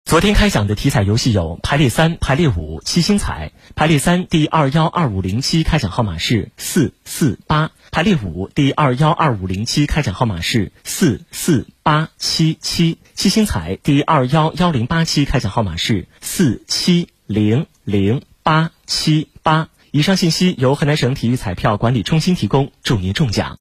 昨天开奖的体彩游戏有排列3、排列5、七星彩。排列3第212507开奖号码是448，排列5第212507开奖号码是44877，七星彩第211087开奖号码是4700878。以上信息由河南省体育彩票管理中心提供，祝您中奖。